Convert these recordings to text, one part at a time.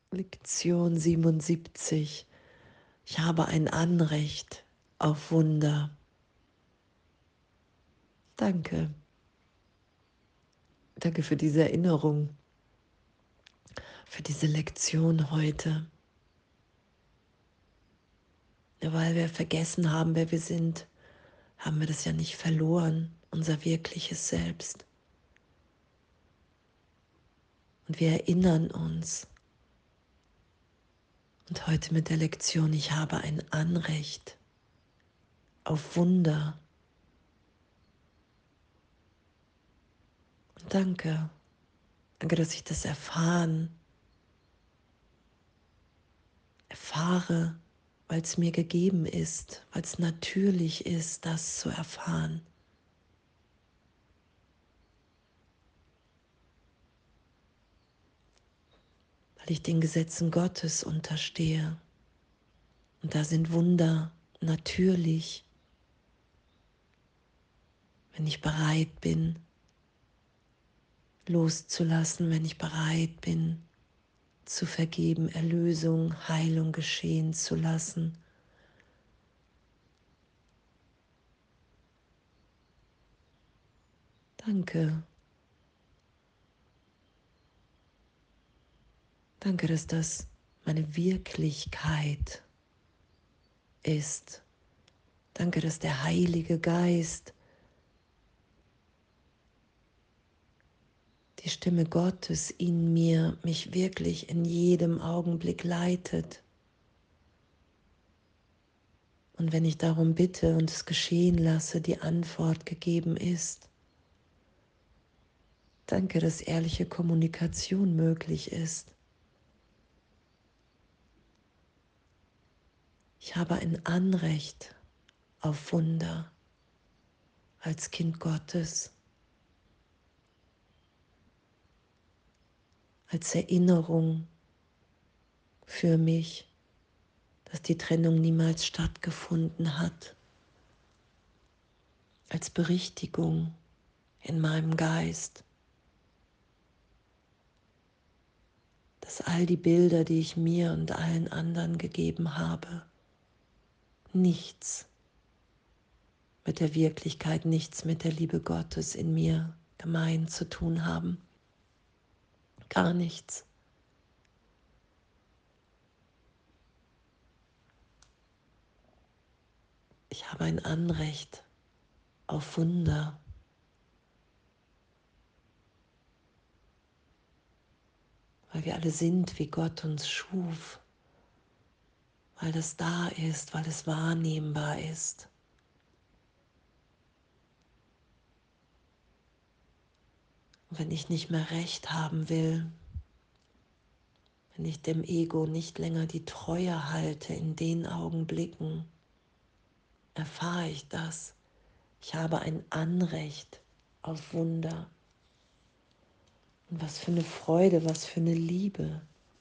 Lektion 77. Ich habe ein Anrecht auf Wunder. Danke. Danke für diese Erinnerung, für diese Lektion heute. Ja, weil wir vergessen haben, wer wir sind, haben wir das ja nicht verloren, unser wirkliches Selbst. Und wir erinnern uns. Und heute mit der Lektion, ich habe ein Anrecht auf Wunder. Und danke. Danke, dass ich das erfahre, weil es mir gegeben ist, weil es natürlich ist, das zu erfahren. Weil ich den Gesetzen Gottes unterstehe. Und da sind Wunder natürlich, wenn ich bereit bin, loszulassen, wenn ich bereit bin, zu vergeben, Erlösung, Heilung geschehen zu lassen. Danke. Danke, dass das meine Wirklichkeit ist. Danke, dass der Heilige Geist, die Stimme Gottes in mir, mich wirklich in jedem Augenblick leitet. Und wenn ich darum bitte und es geschehen lasse, die Antwort gegeben ist. Danke, dass ehrliche Kommunikation möglich ist. Ich habe ein Anrecht auf Wunder als Kind Gottes, als Erinnerung für mich, dass die Trennung niemals stattgefunden hat, als Berichtigung in meinem Geist, dass all die Bilder, die ich mir und allen anderen gegeben habe, nichts mit der Wirklichkeit, nichts mit der Liebe Gottes in mir gemein zu tun haben. Gar nichts. Ich habe ein Anrecht auf Wunder. Weil wir alle sind, wie Gott uns schuf. Weil das da ist, weil es wahrnehmbar ist. Und wenn ich nicht mehr recht haben will, wenn ich dem Ego nicht länger die Treue halte in den Augenblicken, erfahre ich das. Ich habe ein Anrecht auf Wunder. Und was für eine Freude, was für eine Liebe.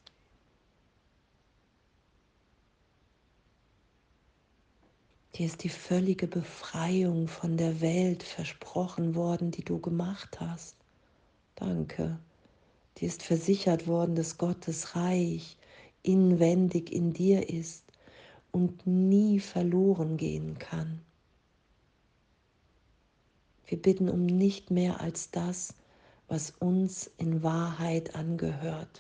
Dir ist die völlige Befreiung von der Welt versprochen worden, die du gemacht hast. Danke. Dir ist versichert worden, dass Gottes Reich inwendig in dir ist und nie verloren gehen kann. Wir bitten um nicht mehr als das, was uns in Wahrheit angehört.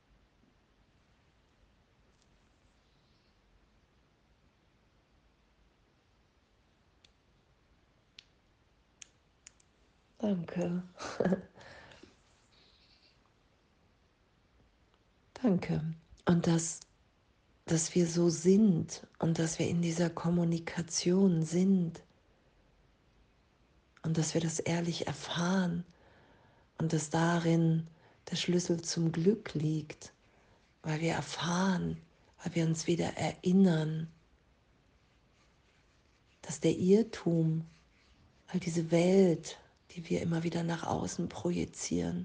Danke. Danke. Und dass wir so sind und dass wir in dieser Kommunikation sind und dass wir das ehrlich erfahren und dass darin der Schlüssel zum Glück liegt, weil wir erfahren, weil wir uns wieder erinnern, dass der Irrtum, all diese Welt, die wir immer wieder nach außen projizieren,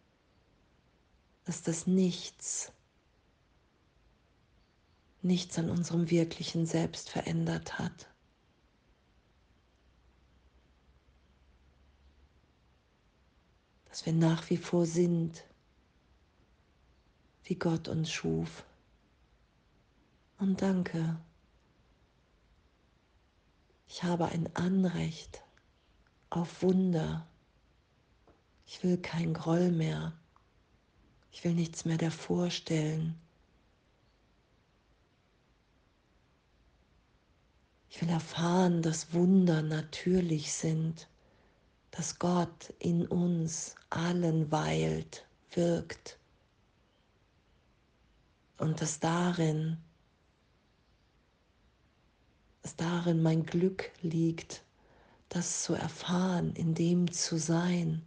dass das nichts an unserem wirklichen Selbst verändert hat. Dass wir nach wie vor sind, wie Gott uns schuf. Und danke, ich habe ein Anrecht auf Wunder. Ich will kein Groll mehr. Ich will nichts mehr davor stellen. Ich will erfahren, dass Wunder natürlich sind, dass Gott in uns allen weilt, wirkt und dass darin mein Glück liegt, das zu erfahren, in dem zu sein.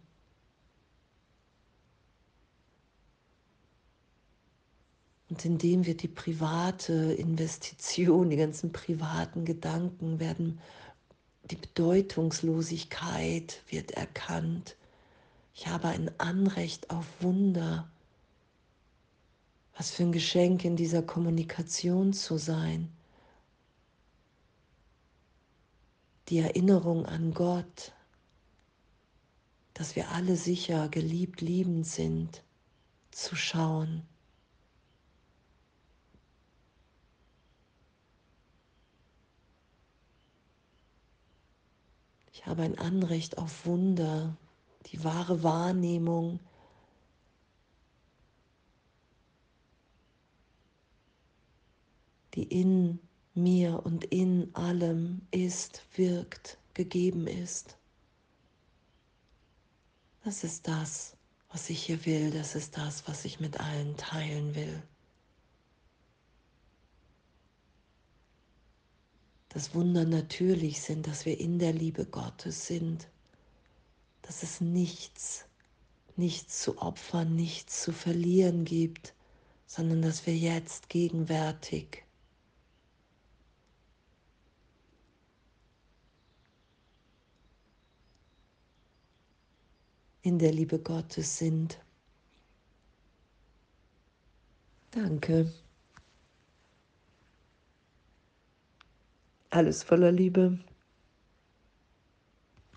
Und indem wir die private Investition, die ganzen privaten Gedanken werden, die Bedeutungslosigkeit wird erkannt. Ich habe ein Anrecht auf Wunder. Was für ein Geschenk in dieser Kommunikation zu sein. Die Erinnerung an Gott, dass wir alle sicher, geliebt, liebend sind, zu schauen. Ich habe ein Anrecht auf Wunder, die wahre Wahrnehmung, die in mir und in allem ist, wirkt, gegeben ist. Das ist das, was ich hier will. Das ist das, was ich mit allen teilen will. Dass Wunder natürlich sind, dass wir in der Liebe Gottes sind, dass es nichts zu opfern, nichts zu verlieren gibt, sondern dass wir jetzt gegenwärtig in der Liebe Gottes sind. Danke. Alles voller Liebe.